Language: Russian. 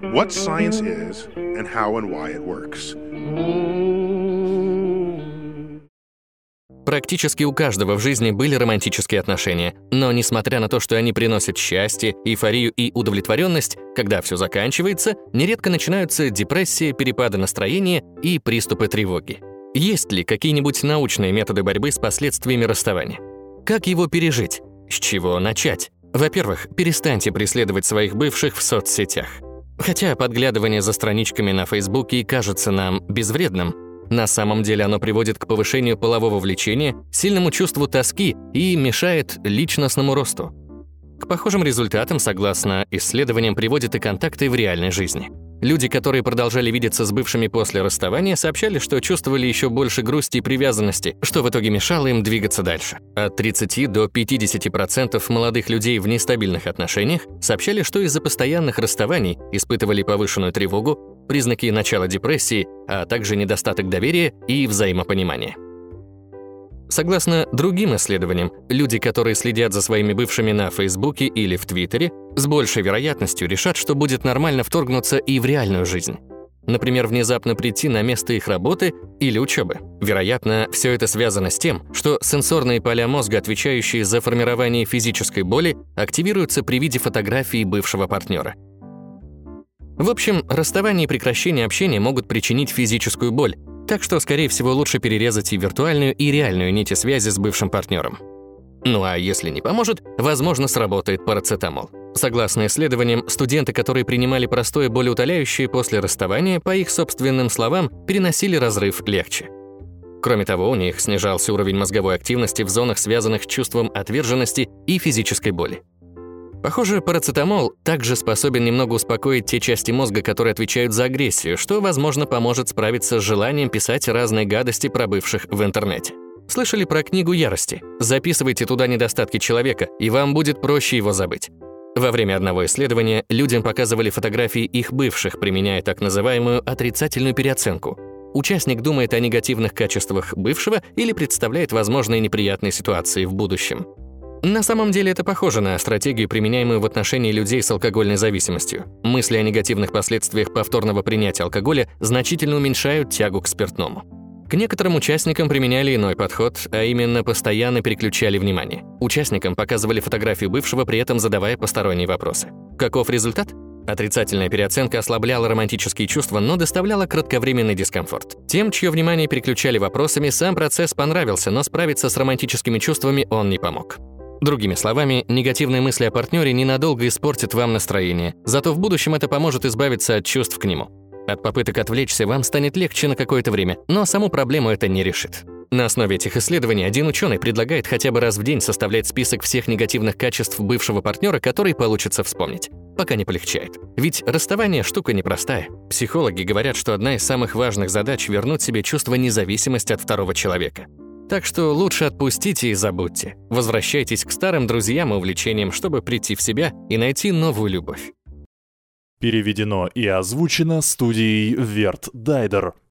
what science is and how and why it works. Практически у каждого в жизни были романтические отношения, но несмотря на то, что они приносят счастье, эйфорию и удовлетворенность, когда все заканчивается, нередко начинаются депрессии, перепады настроения и приступы тревоги. Есть ли какие-нибудь научные методы борьбы с последствиями расставания? Как его пережить? С чего начать? Во-первых, перестаньте преследовать своих бывших в соцсетях. Хотя подглядывание за страничками на Фейсбуке кажется нам безвредным, на самом деле оно приводит к повышению полового влечения, сильному чувству тоски и мешает личностному росту. К похожим результатам, согласно исследованиям, приводят и контакты в реальной жизни. Люди, которые продолжали видеться с бывшими после расставания, сообщали, что чувствовали еще больше грусти и привязанности, что в итоге мешало им двигаться дальше. От 30 до 50% молодых людей в нестабильных отношениях сообщали, что из-за постоянных расставаний испытывали повышенную тревогу, признаки начала депрессии, а также недостаток доверия и взаимопонимания. Согласно другим исследованиям, люди, которые следят за своими бывшими на Фейсбуке или в Твиттере, с большей вероятностью решат, что будет нормально вторгнуться и в реальную жизнь. Например, внезапно прийти на место их работы или учебы. Вероятно, все это связано с тем, что сенсорные поля мозга, отвечающие за формирование физической боли, активируются при виде фотографии бывшего партнера. В общем, расставание и прекращение общения могут причинить физическую боль, так что, скорее всего, лучше перерезать и виртуальную, и реальную нити связи с бывшим партнером. Ну а если не поможет, возможно, сработает парацетамол. Согласно исследованиям, студенты, которые принимали простое болеутоляющее после расставания, по их собственным словам, переносили разрыв легче. Кроме того, у них снижался уровень мозговой активности в зонах, связанных с чувством отверженности и физической боли. Похоже, парацетамол также способен немного успокоить те части мозга, которые отвечают за агрессию, что, возможно, поможет справиться с желанием писать разные гадости про бывших в интернете. Слышали про книгу ярости? Записывайте туда недостатки человека, и вам будет проще его забыть. Во время одного исследования людям показывали фотографии их бывших, применяя так называемую отрицательную переоценку. Участник думает о негативных качествах бывшего или представляет возможные неприятные ситуации в будущем. На самом деле это похоже на стратегию, применяемую в отношении людей с алкогольной зависимостью. Мысли о негативных последствиях повторного принятия алкоголя значительно уменьшают тягу к спиртному. К некоторым участникам применяли иной подход, а именно постоянно переключали внимание. Участникам показывали фотографию бывшего, при этом задавая посторонние вопросы. Каков результат? Отрицательная переоценка ослабляла романтические чувства, но доставляла кратковременный дискомфорт. Тем, чье внимание переключали вопросами, сам процесс понравился, но справиться с романтическими чувствами он не помог. Другими словами, негативные мысли о партнере ненадолго испортят вам настроение, зато в будущем это поможет избавиться от чувств к нему. От попыток отвлечься вам станет легче на какое-то время, но саму проблему это не решит. На основе этих исследований один ученый предлагает хотя бы раз в день составлять список всех негативных качеств бывшего партнера, которые получится вспомнить, пока не полегчает. Ведь расставание – штука непростая. Психологи говорят, что одна из самых важных задач – вернуть себе чувство независимости от второго человека. Так что лучше отпустите и забудьте. Возвращайтесь к старым друзьям и увлечениям, чтобы прийти в себя и найти новую любовь. Переведено и озвучено студией Верт Дайдер.